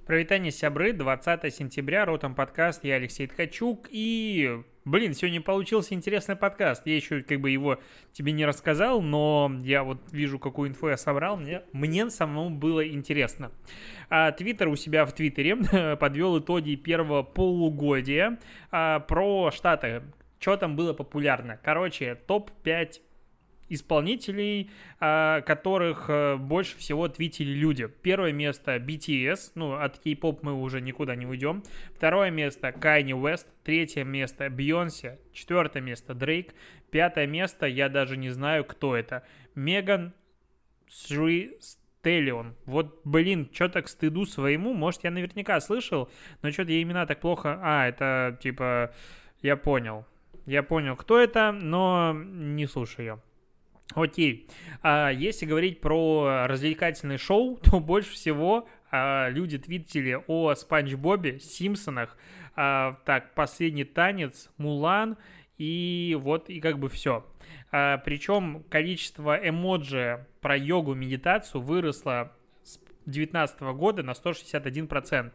Привет, сябры, 20 сентября, Ротом подкаст, я Алексей Ткачук, и, сегодня получился интересный подкаст, я еще его тебе не рассказал, но я вот вижу, какую инфу я собрал, мне самому было интересно. Твиттер у себя в Твиттере подвел итоги первого полугодия про Штаты, что там было популярно. Короче, топ-5 исполнителей, которых больше всего твитили люди. Первое место BTS, от K-pop мы уже никуда не уйдем. Второе место Kanye West, третье место Beyoncé, четвертое место Drake, пятое место, я даже не знаю, кто это, Megan Thee Stallion. Вот, что-то к стыду своему, может, я наверняка слышал, но что-то я имена так плохо... это, я понял, кто это, но не слушаю ее. Окей. Если говорить про развлекательное шоу, то больше всего люди твитили о Спанч Бобе, Симпсонах, «Последний танец», «Мулан» и все. Причем количество эмоджи про йогу, медитацию выросло с 2019 года на 161%.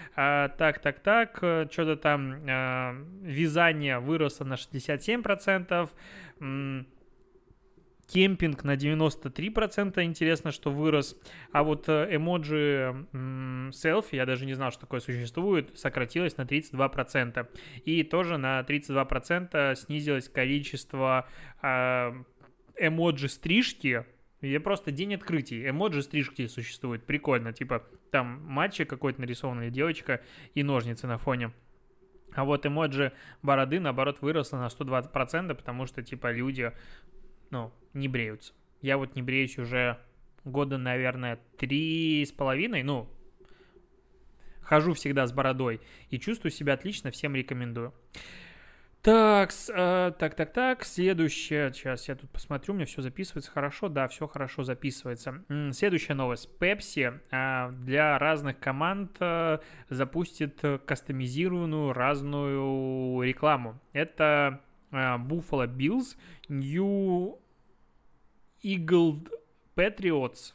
Что-то там вязание выросло на 67%, кемпинг на 93%, интересно, что вырос. А вот эмоджи селфи, я даже не знал, что такое существует, сократилось на 32%. И тоже на 32% снизилось количество эмоджи стрижки. Я просто день открытий. Эмоджи стрижки существует. Прикольно. Там мальчик какой-то нарисован, или девочка, и ножницы на фоне. А вот эмоджи бороды, наоборот, выросло на 120%, потому что, люди... не бреются. Я не бреюсь уже года, наверное, 3,5. Хожу всегда с бородой и чувствую себя отлично, всем рекомендую. Так, следующее. Сейчас я тут посмотрю, у меня все записывается хорошо. Да, все хорошо записывается. Следующая новость. Pepsi для разных команд запустит кастомизированную разную рекламу. Это Buffalo Bills, New England Patriots,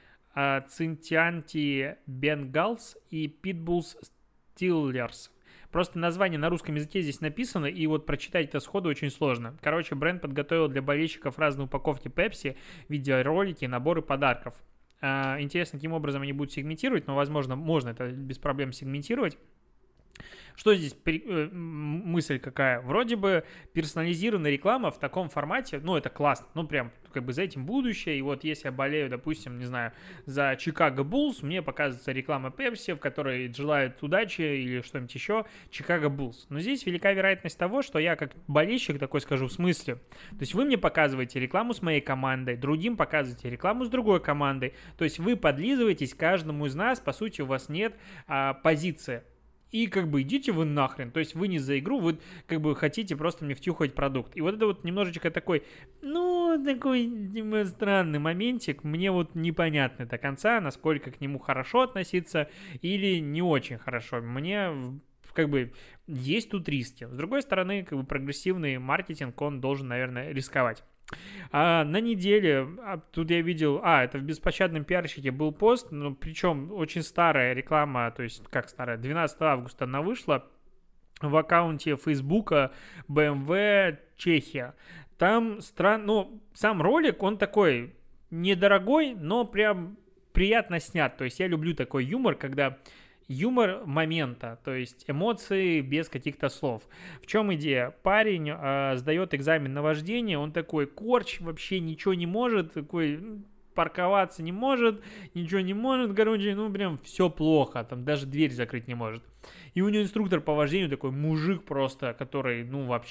Cincinnati Bengals и Pittsburgh Steelers. Просто название на русском языке здесь написано, и прочитать это сходу очень сложно. Короче, бренд подготовил для болельщиков разные упаковки Pepsi, видеоролики, наборы подарков. Интересно, каким образом они будут сегментировать, но, возможно, можно это без проблем сегментировать. Что здесь мысль какая? Вроде бы персонализированная реклама в таком формате, это классно, прям за этим будущее. И если я болею, допустим, не знаю, за Чикаго Буллс, мне показывается реклама Pepsi, в которой желают удачи или что-нибудь еще, Чикаго Буллс. Но здесь велика вероятность того, что я как болельщик такой скажу, в смысле? То есть вы мне показываете рекламу с моей командой, другим показываете рекламу с другой командой. То есть вы подлизываетесь каждому из нас, по сути, у вас нет позиции. И идите вы нахрен, то есть вы не за игру, вы хотите просто мне втюхать продукт. И это немножечко такой, такой странный моментик, мне непонятно до конца, насколько к нему хорошо относиться или не очень хорошо. Мне есть тут риски. С другой стороны, прогрессивный маркетинг, он должен, наверное, рисковать. На неделе, тут я видел, это в «Беспощадном пиарщике» был пост, причем очень старая реклама, то есть, как старая, 12 августа она вышла в аккаунте Фейсбука BMW Чехия. Там сам ролик, он такой недорогой, но прям приятно снят, то есть я люблю такой юмор, когда... Юмор момента, то есть эмоции без каких-то слов. В чем идея? Парень сдает экзамен на вождение, он такой корч, вообще ничего не может, такой парковаться не может, ничего не может, прям все плохо, там даже дверь закрыть не может. И у него инструктор по вождению такой мужик просто, который,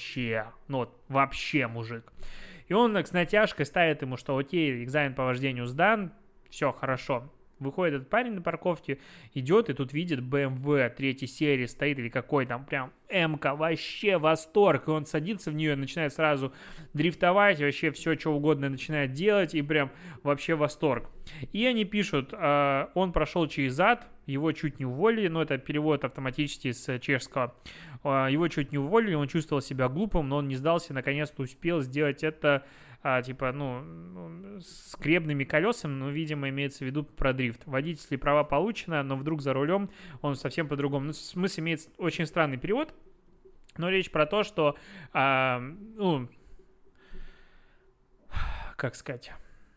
вообще мужик. И он с натяжкой ставит ему, что окей, экзамен по вождению сдан, все хорошо. Выходит этот парень на парковке, идет и тут видит BMW 3 серии стоит, или какой там, прям М-ка, вообще восторг. И он садится в нее, начинает сразу дрифтовать, вообще все, что угодно начинает делать, и прям вообще восторг. И они пишут, он прошел через ад, его чуть не уволили, это перевод автоматически с чешского. Его чуть не уволили, он чувствовал себя глупым, но он не сдался, наконец-то успел сделать это типа, с гребными колесами, ну, видимо, имеется в виду про дрифт. Водительские права получено, но вдруг за рулем он совсем по-другому. Ну, смысл имеет очень странный перевод, но речь про то, что, как сказать,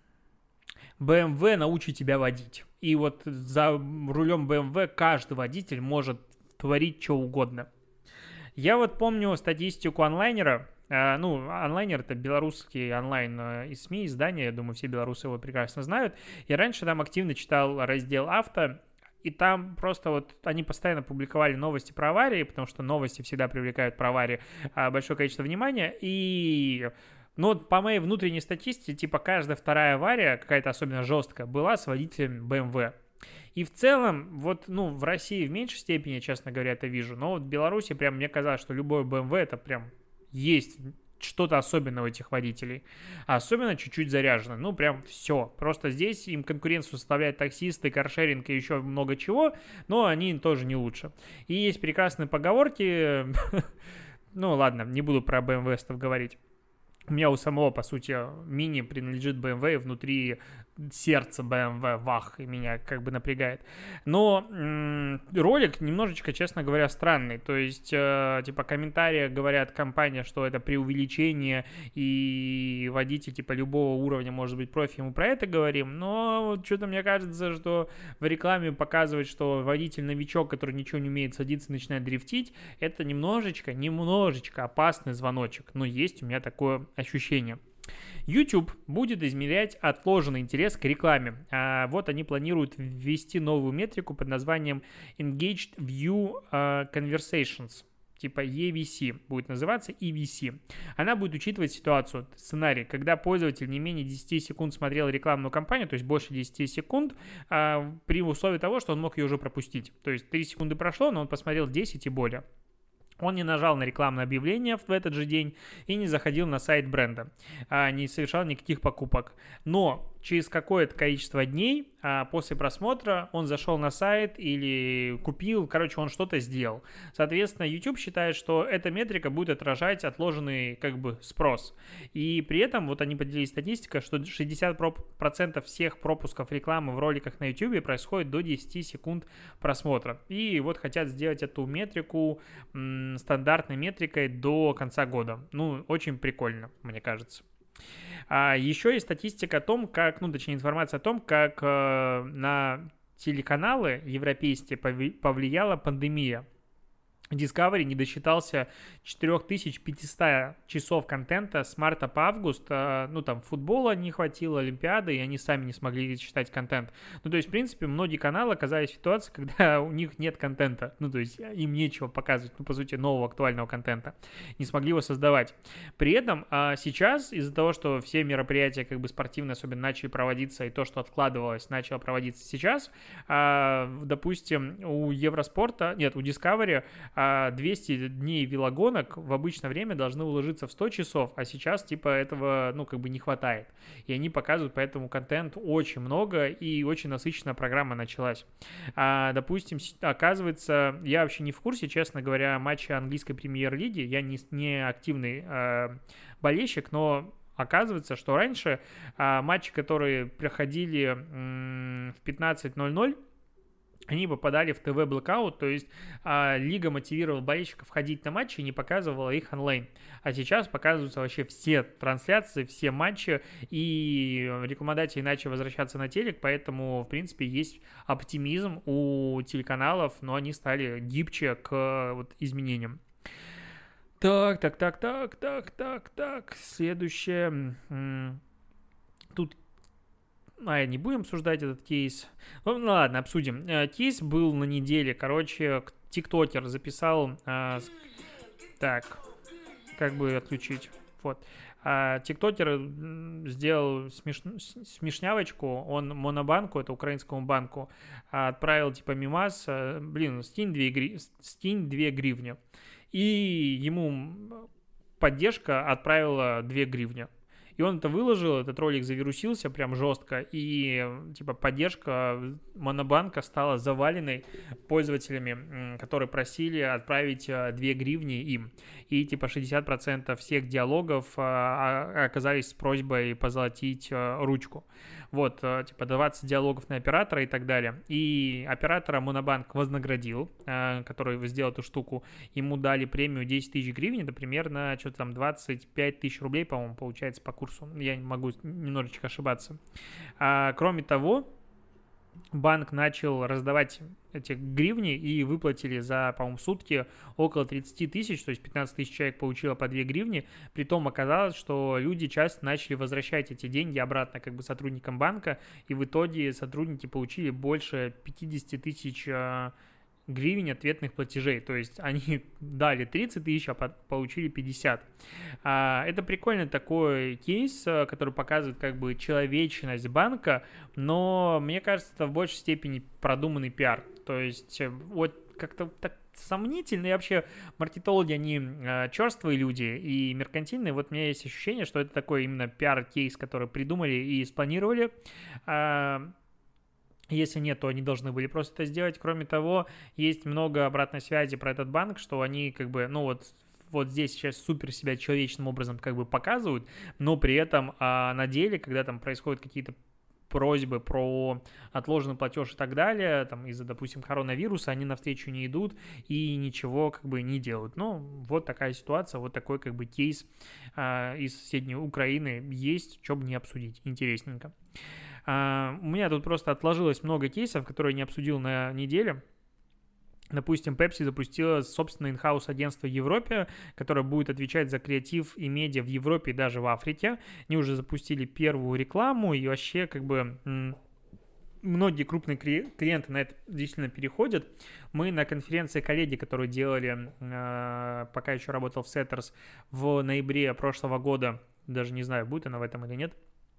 BMW научит тебя водить. И вот за рулем BMW каждый водитель может творить что угодно. Я вот помню статистику онлайнера. Онлайнер — это белорусский онлайн из СМИ, издания, я думаю, все белорусы его прекрасно знают. Я раньше там активно читал раздел авто, и там просто вот они постоянно публиковали новости про аварии, потому что новости всегда привлекают про аварии большое количество внимания, и... Но по моей внутренней статистике, типа каждая вторая авария, какая-то особенно жесткая, была с водителем BMW. И в целом, вот, в России в меньшей степени, честно говоря, это вижу, но вот в Беларуси прям мне казалось, что любой BMW это прям есть что-то особенное у этих водителей. А особенно чуть-чуть заряжено. Прям все. Просто здесь им конкуренцию составляют таксисты, каршеринг и еще много чего, но они тоже не лучше. И есть прекрасные поговорки. Ладно, не буду про BMW-стов говорить. У меня у самого, по сути, мини принадлежит BMW, внутри сердце BMW, вах, и меня как бы напрягает. Но ролик немножечко, честно говоря, странный. То есть, типа, комментарии говорят компания, что это преувеличение, и водитель, типа, любого уровня может быть профи, мы про это говорим. Но вот что-то мне кажется, что в рекламе показывать, что водитель-новичок, который ничего не умеет садиться, начинает дрифтить, это немножечко опасный звоночек. Но есть у меня такое ощущение. YouTube будет измерять отложенный интерес к рекламе. Вот они планируют ввести новую метрику под названием Engaged View Conversations. Типа EVC будет называться, EVC. Она будет учитывать ситуацию, сценарий, когда пользователь не менее 10 секунд смотрел рекламную кампанию, то есть больше 10 секунд, при условии того, что он мог ее уже пропустить. То есть 3 секунды прошло, но он посмотрел 10 и более. Он не нажал на рекламное объявление в этот же день и не заходил на сайт бренда, не совершал никаких покупок. Но через какое-то количество дней после просмотра он зашел на сайт или купил, он что-то сделал. Соответственно, YouTube считает, что эта метрика будет отражать отложенный спрос. И при этом вот они поделились статистикой, что 60% всех пропусков рекламы в роликах на YouTube происходит до 10 секунд просмотра. И вот хотят сделать эту метрику стандартной метрикой до конца года. Очень прикольно, мне кажется. Еще есть статистика о том, точнее информация о том, как на телеканалы европейские повлияла пандемия. Discovery не досчитался 4500 часов контента с марта по август. Футбола не хватило, Олимпиады, и они сами не смогли читать контент. То есть, в принципе, многие каналы оказались в ситуации, когда у них нет контента. То есть, им нечего показывать, по сути, нового актуального контента. Не смогли его создавать. При этом сейчас, из-за того, что все мероприятия спортивные особенно начали проводиться, и то, что откладывалось, начало проводиться сейчас, допустим, у Евроспорта, нет, у Discovery 200 дней велогонок в обычное время должны уложиться в 100 часов, а сейчас этого, не хватает. И они показывают поэтому контент очень много, и очень насыщенная программа началась. Допустим, оказывается, я вообще не в курсе, честно говоря, матча английской премьер-лиги, я не активный болельщик, но оказывается, что раньше матчи, которые проходили в 15:00, они попадали в ТВ-блэкаут, то есть лига мотивировала болельщиков ходить на матчи и не показывала их онлайн. А сейчас показываются вообще все трансляции, все матчи, и рекламодатели начали возвращаться на телек, поэтому, в принципе, есть оптимизм у телеканалов, но они стали гибче к изменениям. Так. Следующее. Тут не будем обсуждать этот кейс. Ладно, обсудим. Кейс был на неделе. Тиктокер записал... Так, как бы отключить? Вот. Тиктокер сделал смешнявочку. Он Монобанку, это украинскому банку, отправил мимас. Скинь 2 гривни. И ему поддержка отправила 2 гривни. И И он это выложил, этот ролик завирусился прям жестко, и типа поддержка Монобанка стала заваленной пользователями, которые просили отправить 2 гривни им. И типа 60% всех диалогов оказались с просьбой позолотить ручку. Вот, типа 20 диалогов на оператора и так далее. И оператора Монобанк вознаградил, который сделал эту штуку. Ему дали премию 10 тысяч гривен, это примерно что-то там 25 тысяч рублей, по-моему, получается по курсу. Я могу немножечко ошибаться. Кроме того, банк начал раздавать эти гривни и выплатили за, по-моему, сутки около 30 тысяч, то есть 15 тысяч человек получило по 2 гривни. Притом оказалось, что люди часто начали возвращать эти деньги обратно как бы сотрудникам банка, и в итоге сотрудники получили больше 50 тысяч гривен ответных платежей, то есть они дали 30 тысяч, а получили 50. Это прикольный такой кейс, который показывает как бы человечность банка, но мне кажется, это в большей степени продуманный пиар, то есть вот как-то так сомнительно, и вообще маркетологи, они черствые люди и меркантильные, вот у меня есть ощущение, что это такой именно пиар-кейс, который придумали и спланировали. Если нет, то они должны были просто это сделать. Кроме того, есть много обратной связи про этот банк, что они как бы, ну вот здесь сейчас супер себя человечным образом как бы показывают, но при этом на деле, когда там происходят какие-то просьбы про отложенный платеж и так далее, там из-за, допустим, коронавируса, они навстречу не идут и ничего как бы не делают. Ну, вот такая ситуация, вот такой как бы кейс из соседней Украины есть, что бы не обсудить, интересненько. У меня тут просто отложилось много кейсов, которые я не обсудил на неделе. Допустим, Pepsi запустила собственное инхаус агентство в Европе, которое будет отвечать за креатив и медиа в Европе и даже в Африке. Они уже запустили первую рекламу, и вообще как бы многие крупные клиенты на это действительно переходят. Мы на конференции коллеги, которую делали, пока еще работал в Setters, в ноябре прошлого года, даже не знаю, будет она в этом или нет.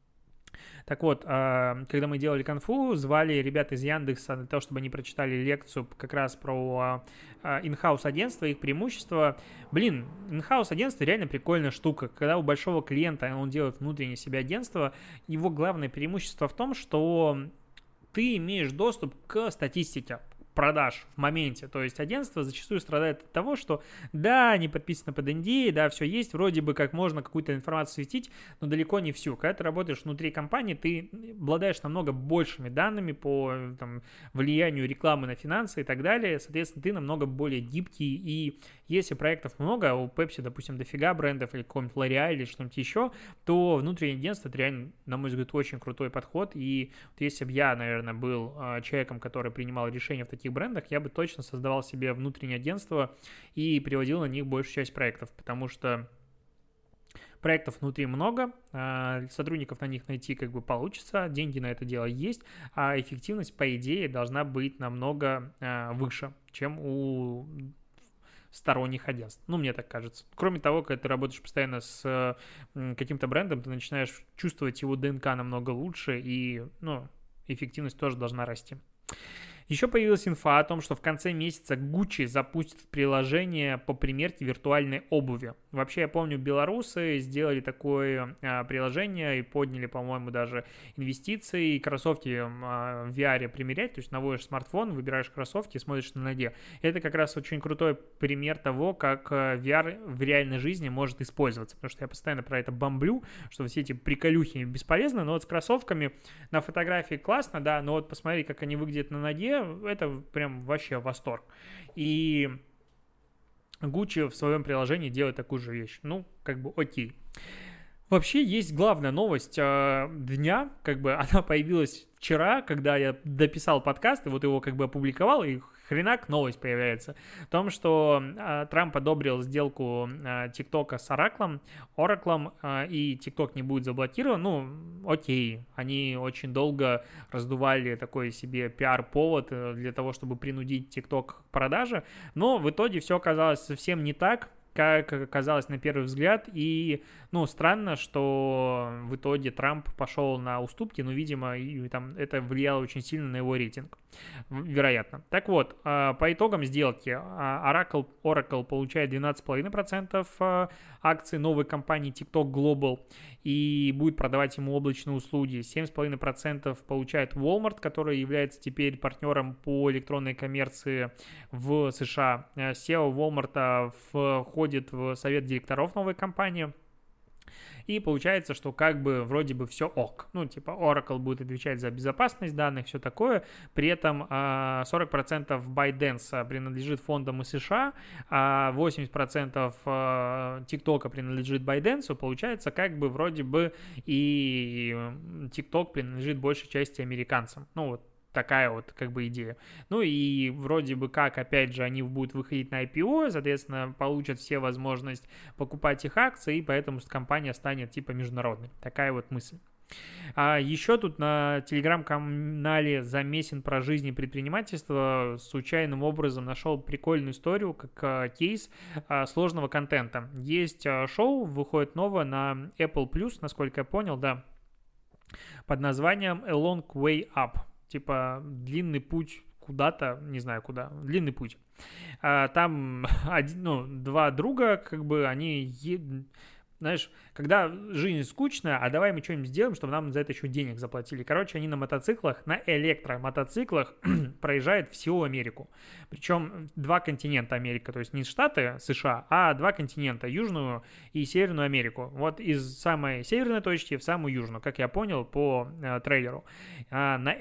Так вот, когда мы делали конфу, звали ребят из Яндекса для того, чтобы они прочитали лекцию как раз про in-house агентство, их преимущества. Блин, in-house агентство реально прикольная штука. Когда у большого клиента он делает внутреннее себе агентство, его главное преимущество в том, что ты имеешь доступ к статистике продаж в моменте. То есть агентство зачастую страдает от того, что да, не подписано под NDA, да, все есть, вроде бы как можно какую-то информацию светить, но далеко не всю. Когда ты работаешь внутри компании, ты обладаешь намного большими данными по там, влиянию рекламы на финансы и так далее. Соответственно, ты намного более гибкий, и если проектов много, а у Pepsi, допустим, дофига брендов или какой-нибудь L'Oreal или что-нибудь еще, то внутреннее агентство — это реально, на мой взгляд, очень крутой подход. И вот если бы я, наверное, был человеком, который принимал решения в таких брендах, я бы точно создавал себе внутреннее агентство и приводил на них большую часть проектов, потому что проектов внутри много, сотрудников на них найти как бы получится, деньги на это дело есть, а эффективность, по идее, должна быть намного выше, чем у сторонних агентств. Ну, мне так кажется. Кроме того, когда ты работаешь постоянно с каким-то брендом, ты начинаешь чувствовать его ДНК намного лучше, и, ну, эффективность тоже должна расти. Еще появилась инфа о том, что в конце месяца Gucci запустит приложение по примерке виртуальной обуви. Вообще, я помню, белорусы сделали такое приложение и подняли, по-моему, даже инвестиции. Кроссовки в VR примерять, то есть наводишь смартфон, выбираешь кроссовки и смотришь на ноге. Это как раз очень крутой пример того, как VR в реальной жизни может использоваться. Потому что я постоянно про это бомблю, что все эти приколюхи бесполезны, но вот с кроссовками на фотографии классно, да, но вот посмотри, как они выглядят на ноге, это прям вообще восторг. И Gucci в своем приложении делает такую же вещь. Ну, как бы окей. Вообще есть главная новость дня, как бы она появилась вчера, когда я дописал подкаст, и вот его как бы опубликовал, и хренак новость появляется. В том, что Трамп одобрил сделку ТикТока с Ораклом, и ТикТок не будет заблокирован. Ну, окей, они очень долго раздували такой себе пиар-повод для того, чтобы принудить ТикТок к продаже, но в итоге все оказалось совсем не так. как оказалось на первый взгляд, и, ну, странно, что в итоге Трамп пошел на уступки, но, видимо, и там это влияло очень сильно на его рейтинг, вероятно. Так вот, по итогам сделки Oracle получает 12,5% акций новой компании TikTok Global и будет продавать ему облачные услуги. 7,5% получает Walmart, который является теперь партнером по электронной коммерции в США. SEO Walmart входит в совет директоров новой компании. И получается, что как бы вроде бы все ок. Ну, типа Oracle будет отвечать за безопасность данных, все такое. При этом 40% ByteDance принадлежит фондам из США, а 80% TikTok принадлежит ByteDance. Получается, как бы вроде бы и TikTok принадлежит большей части американцам. Ну, вот такая вот как бы идея. Ну и вроде бы как, опять же, они будут выходить на IPO, соответственно, получат все возможность покупать их акции, и поэтому компания станет типа международной. Такая вот мысль. А еще тут на телеграм-канале «Замесин про жизнь и предпринимательство» случайным образом нашел прикольную историю, как кейс сложного контента. Есть шоу, выходит новое на Apple+, насколько я понял, да, под названием «A Long Way Up». Типа длинный путь куда-то, не знаю куда, длинный путь. Там два друга, как бы они, знаешь, когда жизнь скучная, а давай мы что-нибудь сделаем, чтобы нам за это еще денег заплатили. Короче, они на мотоциклах, на электромотоциклах проезжают всю Америку. Причем два континента Америка, то есть не штаты США, а два континента, Южную и Северную Америку. Вот из самой северной точки в самую южную, как я понял по трейлеру. На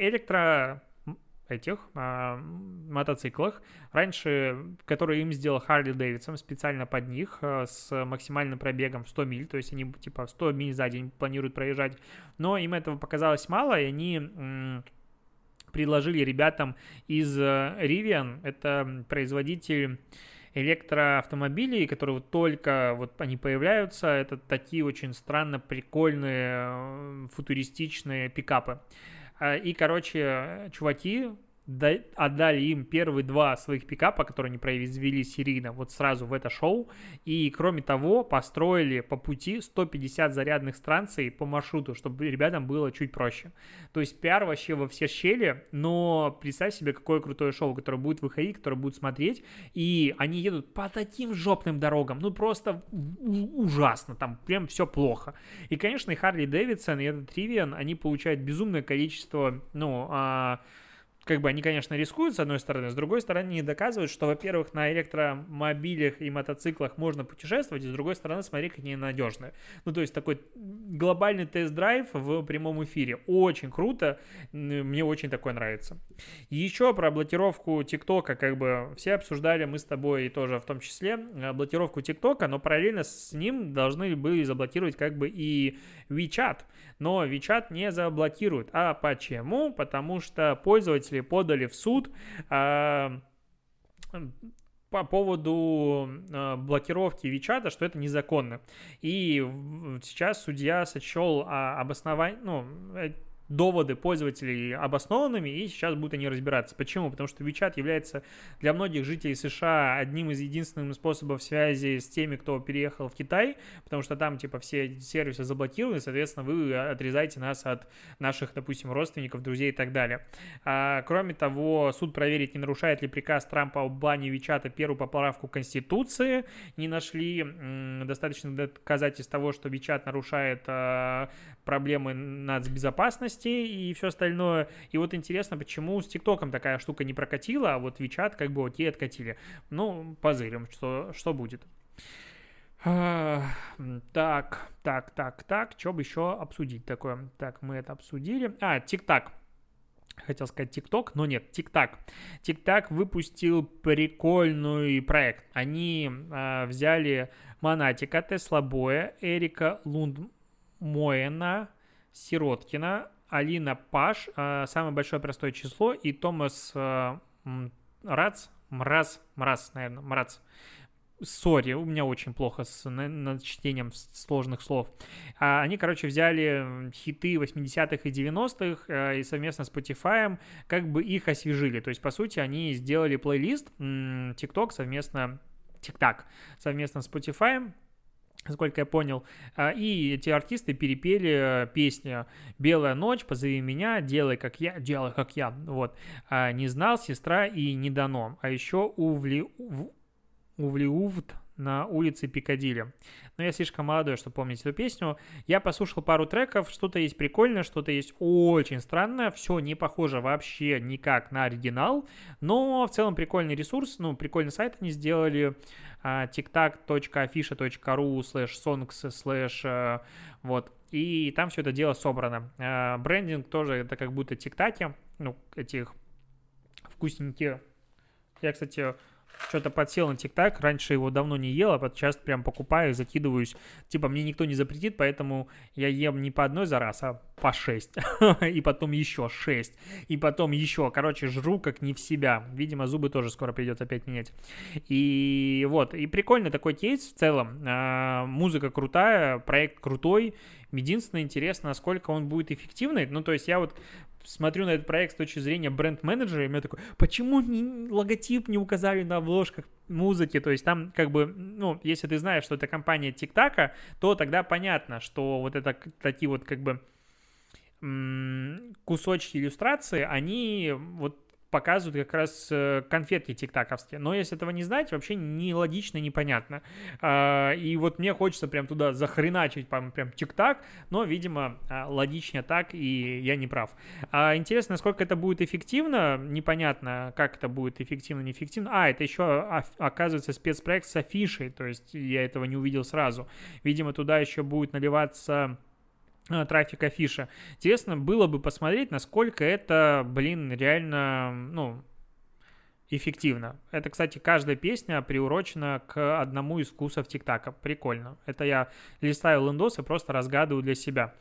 мотоциклах, раньше, которые им сделал Харли Дэвидсон специально под них, с максимальным пробегом в 100 миль, то есть они типа 100 миль за день планируют проезжать, но им этого показалось мало, и они предложили ребятам из Rivian, это производитель электроавтомобилей, которые вот только вот они появляются, это такие очень странно прикольные футуристичные пикапы. И, короче, чуваки отдали им первые два своих пикапа, которые они произвели серийно, вот сразу в это шоу. И, кроме того, построили по пути 150 зарядных станций по маршруту, чтобы ребятам было чуть проще. То есть пиар вообще во все щели, но представь себе, какое крутое шоу, которое будет выходить, которое будут смотреть. И они едут по таким жопным дорогам, ну просто ужасно, там прям все плохо. И, конечно, и Харли Дэвидсон, и этот Rivian, они получают безумное количество, как бы они, конечно, рискуют, с одной стороны, с другой стороны, они доказывают, что, во-первых, на электромобилях и мотоциклах можно путешествовать, и, с другой стороны, смотри, какие они надежные. Ну, то есть, такой глобальный тест-драйв в прямом эфире. Очень круто, мне очень такое нравится. Еще про блокировку ТикТока, как бы, все обсуждали, мы с тобой тоже в том числе, блокировку ТикТока, но параллельно с ним должны были заблокировать, как бы, и WeChat. Но WeChat не заблокируют. А почему? Потому что пользователи подали в суд по поводу блокировки WeChat, что это незаконно. И сейчас судья сочел доводы пользователей обоснованными, и сейчас будут они разбираться. Почему? Потому что WeChat является для многих жителей США одним из единственных способов связи с теми, кто переехал в Китай, потому что там, типа, все сервисы заблокированы, соответственно, вы отрезаете нас от наших, допустим, родственников, друзей и так далее. Кроме того, суд проверит, не нарушает ли приказ Трампа об бане WeChat первую поправку Конституции, не нашли достаточно доказательств того, что WeChat нарушает проблемы нацбезопасности и все остальное. И вот интересно, почему с ТикТоком такая штука не прокатила, а вот WeChat как бы окей откатили. Ну, позырим, что будет. Так, что бы еще обсудить такое? Так, мы это обсудили. TikTok. Хотел сказать TikTok, но нет, TikTok. TikTok выпустил прикольный проект. Они взяли Монатика, Тесла Боя, Эрика Лундмоена, Сироткина, Алина Паш, самое большое простое число, и Томас Мраз. Сори, у меня очень плохо с чтением сложных слов. Они, короче, взяли хиты 80-х и 90-х и совместно с Spotify как бы их освежили. То есть, по сути, они сделали плейлист TikTok совместно TikTok совместно с Spotify, насколько я понял, и эти артисты перепели песню «Белая ночь», «Позови меня», «Делай как я», вот, «Не знал», «Сестра» и «Не дано», а еще «Увлиувд» на улице Пикадилли. Но я слишком молодой, чтобы помнить эту песню. Я послушал пару треков, что-то есть прикольное, что-то есть очень странное, все не похоже вообще никак на оригинал, но в целом прикольный ресурс, прикольный сайт они сделали, tiktok.afisha.ru/songs/ вот, и там все это дело собрано. Брендинг тоже, это как будто тиктаки, этих вкусненьких. Я, кстати, что-то подсел на ТикТак, раньше его давно не ел, а сейчас прям покупаю и закидываюсь. Типа мне никто не запретит, поэтому я ем не по одной за раз, а по 6. И потом еще 6. И потом еще. Короче, жру как не в себя. Видимо, зубы тоже скоро придется опять менять. И вот. И прикольный такой кейс в целом. Музыка крутая, проект крутой. Единственное, интересно, насколько он будет эффективный. То есть я вот смотрю на этот проект с точки зрения бренд-менеджера, и мне такой, почему логотип не указали на обложках музыки? То есть там как бы, если ты знаешь, что это компания ТикТака, то тогда понятно, что вот это такие вот как бы кусочки иллюстрации, они вот показывают как раз конфетки тиктаковские. Но если этого не знать, вообще не логично, непонятно. И вот мне хочется прям туда захреначить прям тиктак, но, видимо, логичнее так, и я не прав. Интересно, насколько это будет эффективно, непонятно, как это будет эффективно, неэффективно. Это еще, оказывается, спецпроект с афишей, то есть я этого не увидел сразу. Видимо, туда еще будет наливаться трафик афиша. Интересно было бы посмотреть, насколько это, реально, эффективно. Это, кстати, каждая песня приурочена к одному из вкусов ТикТака. Прикольно. Это я листаю лендос и просто разгадываю для себя.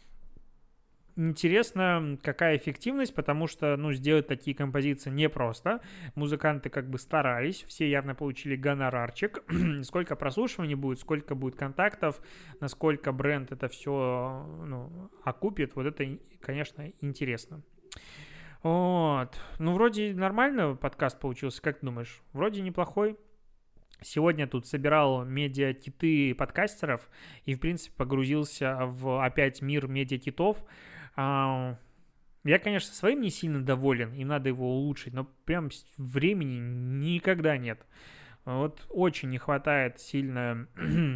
Интересно, какая эффективность, потому что, сделать такие композиции непросто. Музыканты как бы старались, все явно получили гонорарчик. Сколько прослушиваний будет, сколько будет контактов, насколько бренд это все, окупит, вот это, конечно, интересно. Вот. Вроде нормально подкаст получился, как ты думаешь? Вроде неплохой. Сегодня тут собирал медиакиты подкастеров и, в принципе, погрузился в опять мир медиакитов. Я, конечно, своим не сильно доволен, им надо его улучшить, но прям времени никогда нет. Вот очень не хватает сильно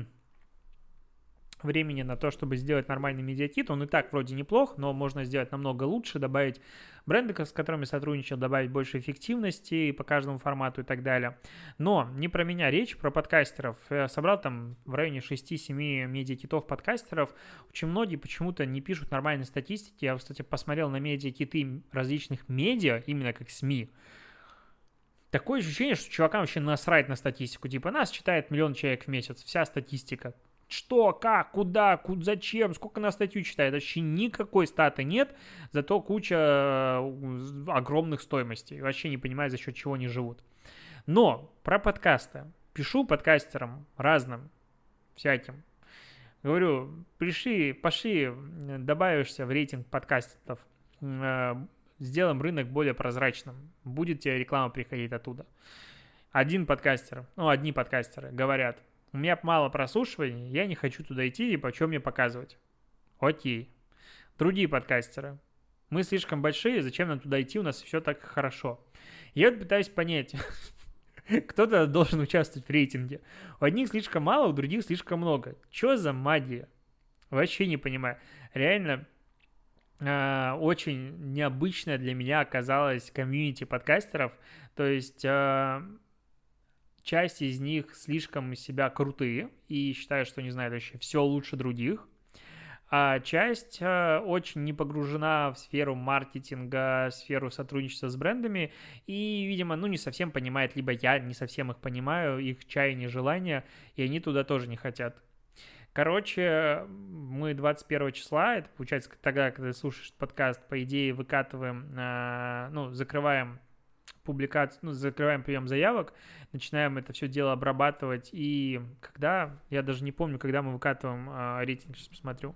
времени на то, чтобы сделать нормальный медиакит. Он и так вроде неплох, но можно сделать намного лучше, добавить бренды, с которыми сотрудничал, добавить больше эффективности по каждому формату и так далее. Но не про меня речь, про подкастеров. Я собрал там в районе 6-7 медиакитов подкастеров. Очень многие почему-то не пишут нормальной статистики. Я, кстати, посмотрел на медиакиты различных медиа, именно как СМИ. Такое ощущение, что чувакам вообще насрать на статистику. Типа нас читает 1 миллион человек в месяц. Вся статистика. Что, как, куда, зачем, сколько на статью читает. Вообще никакой статы нет, зато куча огромных стоимостей. Вообще не понимаю, за счет чего они живут. Но про подкасты. Пишу подкастерам разным, всяким. Говорю, пошли, добавишься в рейтинг подкастов. Сделаем рынок более прозрачным. Будет тебе реклама приходить оттуда. Одни подкастеры говорят, у меня мало прослушиваний, я не хочу туда идти, и почем мне показывать? Окей. Другие подкастеры. Мы слишком большие, зачем нам туда идти, у нас все так хорошо. Я вот пытаюсь понять, кто-то должен участвовать в рейтинге. У одних слишком мало, у других слишком много. Что за магия? Вообще не понимаю. Реально, очень необычная для меня оказалась комьюнити подкастеров. То есть часть из них слишком из себя крутые и считают, что не знают вообще все лучше других. А часть очень не погружена в сферу маркетинга, сферу сотрудничества с брендами и, видимо, не совсем понимает, либо я не совсем их понимаю, их чаяние, желания, и они туда тоже не хотят. Короче, мы 21 числа, это получается тогда, когда ты слушаешь подкаст, по идее выкатываем, закрываем публикацию, закрываем прием заявок, начинаем это все дело обрабатывать, и когда, я даже не помню, когда мы выкатываем рейтинг, сейчас посмотрю.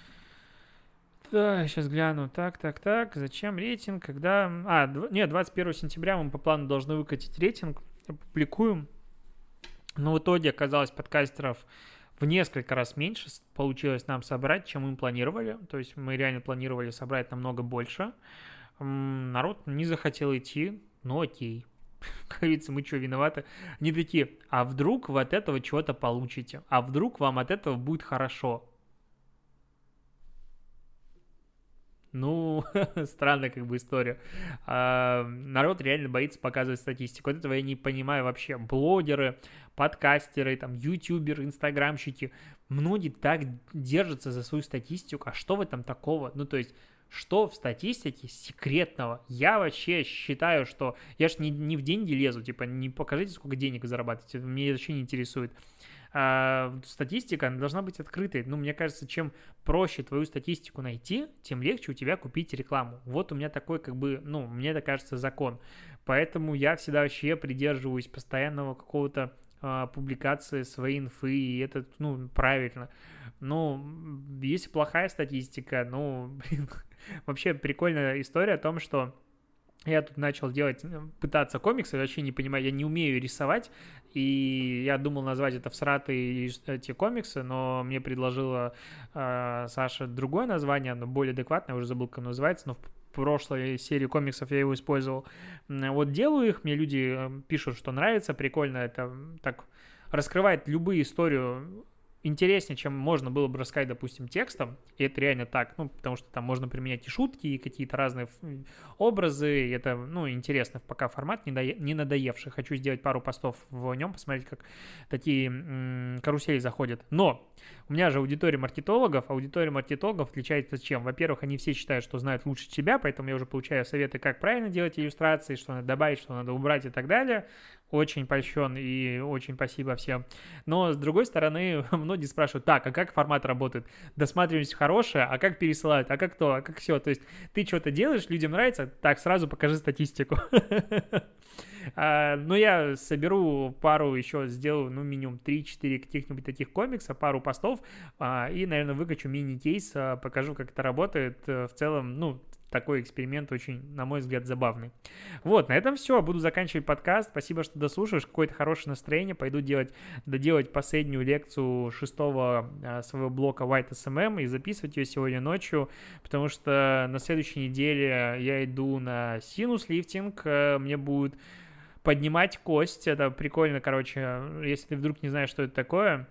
Да, сейчас гляну, так, зачем рейтинг, когда, 21 сентября мы по плану должны выкатить рейтинг, опубликуем, Но в итоге оказалось подкастеров в несколько раз меньше получилось нам собрать, чем мы планировали. То есть мы реально планировали собрать намного больше. Народ не захотел идти, ну окей. Как говорится, мы что, виноваты? Они такие, а вдруг вы от этого чего-то получите? А вдруг вам от этого будет хорошо? Ну, странная как бы история. Народ реально боится показывать статистику. Вот этого я не понимаю вообще. Блогеры, подкастеры, там, ютуберы, инстаграмщики, многие так держатся за свою статистику. А что в этом такого? Ну, то есть, что в статистике секретного? Я вообще считаю, что... Я ж не в деньги лезу, типа, не покажите, сколько денег вы зарабатываете. Меня вообще не интересует. Статистика она должна быть открытой. Ну, мне кажется, чем проще твою статистику найти, тем легче у тебя купить рекламу. Вот у меня такой, как бы, ну, мне это кажется, закон. Поэтому я всегда вообще придерживаюсь постоянного какого-то публикации своей инфы, и это, ну, правильно. Ну, если плохая статистика, ну, блин, вообще прикольная история о том, что я тут начал делать, пытаться комиксы, вообще не понимаю, я не умею рисовать, и я думал назвать это всратые эти комиксы, но мне предложила Саша другое название, оно более адекватное, я уже забыл, как оно называется, но в прошлой серии комиксов я его использовал. Вот делаю их, мне люди пишут, что нравится, прикольно, это так раскрывает любую историю интереснее, чем можно было бы рассказать, допустим, текстом, и это реально так, ну, потому что там можно применять и шутки, и какие-то разные образы, и это, ну, интересно, пока формат не надоевший. Хочу сделать пару постов в нем, посмотреть, как такие карусели заходят. Но у меня же аудитория маркетологов отличается чем? Во-первых, они все считают, что знают лучше тебя, поэтому я уже получаю советы, как правильно делать иллюстрации, что надо добавить, что надо убрать и так далее. Очень польщен и очень спасибо всем. Но, с другой стороны, многие спрашивают, так, а как формат работает? Досматриваемость хорошая, а как пересылают, а как то, а как все? То есть ты что-то делаешь, людям нравится, так, сразу покажи статистику. Но я соберу пару еще, сделаю, ну, минимум 3-4 каких-нибудь таких комикса, пару постов, и, наверное, выкачу мини-кейс, покажу, как это работает. В целом, ну, такой эксперимент очень, на мой взгляд, забавный. Вот, на этом все. Буду заканчивать подкаст. Спасибо, что дослушаешь. Какое-то хорошее настроение. Пойду доделать последнюю лекцию 6-го своего блока White SMM и записывать ее сегодня ночью, потому что на следующей неделе я иду на синус-лифтинг. Мне будет поднимать кость. Это прикольно, короче. Если ты вдруг не знаешь, что это такое,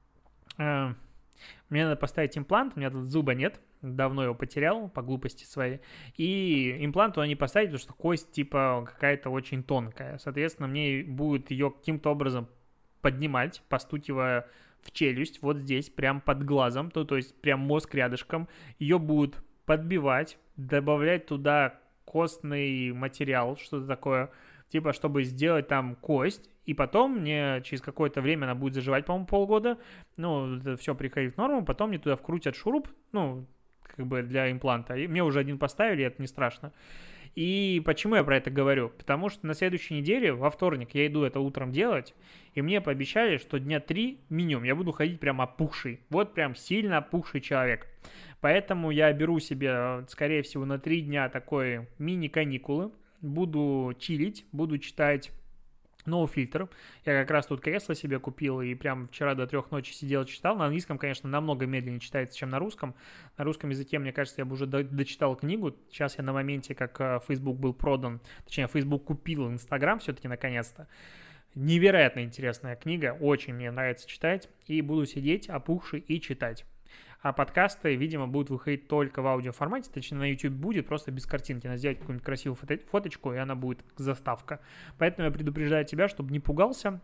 мне надо поставить имплант. У меня тут зуба нет. Давно его потерял по глупости своей. И имплант туда не поставить, потому что кость типа какая-то очень тонкая. Соответственно, мне будет ее каким-то образом поднимать, постукивая в челюсть, вот здесь, прям под глазом, то есть прям мозг рядышком. Ее будут подбивать, добавлять туда костный материал, что-то такое, типа, чтобы сделать там кость, и потом мне через какое-то время она будет заживать, по-моему, полгода, ну, это все приходит в норму, потом мне туда вкрутят шуруп, ну, как бы для импланта, и мне уже один поставили, это не страшно. И почему я про это говорю? Потому что на следующей неделе, во вторник, я иду это утром делать, и мне пообещали, что дня 3 минимум я буду ходить прям опухший, вот прям сильно опухший человек. Поэтому я беру себе, скорее всего, на 3 дня такой мини-каникулы, буду чилить, буду читать No Filter. Я как раз тут кресло себе купил и прям вчера до 3 ночи сидел, читал. На английском, конечно, намного медленнее читается, чем на русском. На русском языке, мне кажется, я бы уже дочитал книгу. Сейчас я на моменте, как Facebook был продан, точнее, Facebook купил Instagram все-таки наконец-то. Невероятно интересная книга, очень мне нравится читать. И буду сидеть, опухший, и читать. А подкасты, видимо, будут выходить только в аудиоформате, точнее, на YouTube будет, просто без картинки. Надо сделать какую-нибудь красивую фоточку, и она будет заставка. Поэтому я предупреждаю тебя, чтобы не пугался.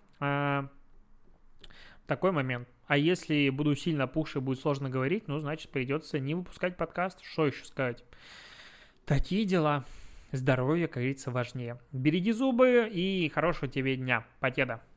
Такой момент. А если буду сильно опухший, будет сложно говорить, ну, значит, придется не выпускать подкаст. Что еще сказать? Такие дела. Здоровье, как говорится, важнее. Береги зубы и хорошего тебе дня. Покеда.